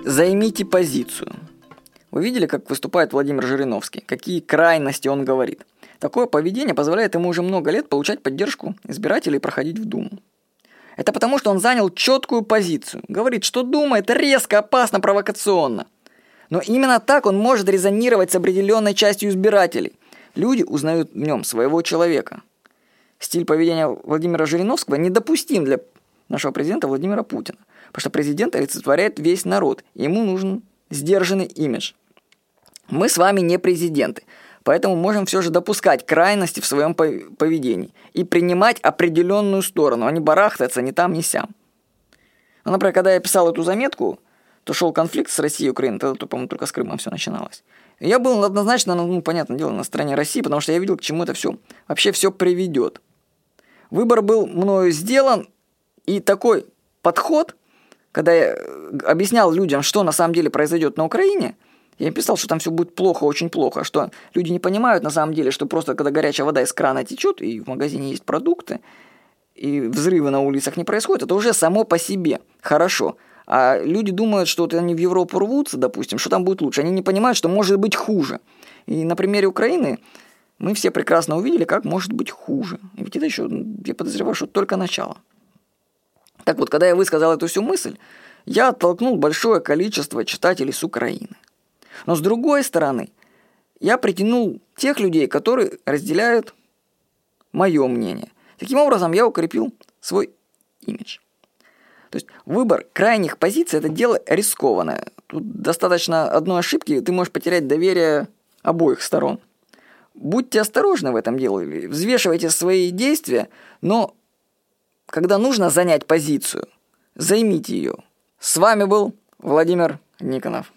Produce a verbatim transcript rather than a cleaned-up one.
Займите позицию. Вы видели, как выступает Владимир Жириновский? Какие крайности он говорит? Такое поведение позволяет ему уже много лет получать поддержку избирателей и проходить в Думу. Это потому, что он занял четкую позицию. Говорит, что Дума – это резко, опасно, провокационно. Но именно так он может резонировать с определенной частью избирателей. Люди узнают в нем своего человека. Стиль поведения Владимира Жириновского недопустим для нашего президента Владимира Путина. Потому что президент олицетворяет весь народ. И ему нужен сдержанный имидж. Мы с вами не президенты. Поэтому можем все же допускать крайности в своем поведении и принимать определенную сторону, а не барахтаться ни там, ни сям. Ну, например, когда я писал эту заметку, то шел конфликт с Россией и Украиной, тогда, то, по-моему, только с Крымом все начиналось. И я был однозначно, ну, понятное дело, на стороне России, потому что я видел, к чему это все вообще все приведет. Выбор был мною сделан, и такой подход, когда я объяснял людям, что на самом деле произойдет на Украине, я им писал, что там все будет плохо, очень плохо, что люди не понимают на самом деле, что просто когда горячая вода из крана течет, и в магазине есть продукты, и взрывы на улицах не происходят, это уже само по себе хорошо. А люди думают, что вот они в Европу рвутся, допустим, что там будет лучше. Они не понимают, что может быть хуже. И на примере Украины мы все прекрасно увидели, как может быть хуже. И ведь это еще, я подозреваю, что только начало. Так вот, когда я высказал эту всю мысль, я оттолкнул большое количество читателей с Украины. Но с другой стороны, я притянул тех людей, которые разделяют мое мнение. Таким образом, я укрепил свой имидж. То есть выбор крайних позиций – это дело рискованное. Тут достаточно одной ошибки, и ты можешь потерять доверие обоих сторон. Будьте осторожны в этом деле, взвешивайте свои действия, но когда нужно занять позицию, займите ее. С вами был Владимир Никонов.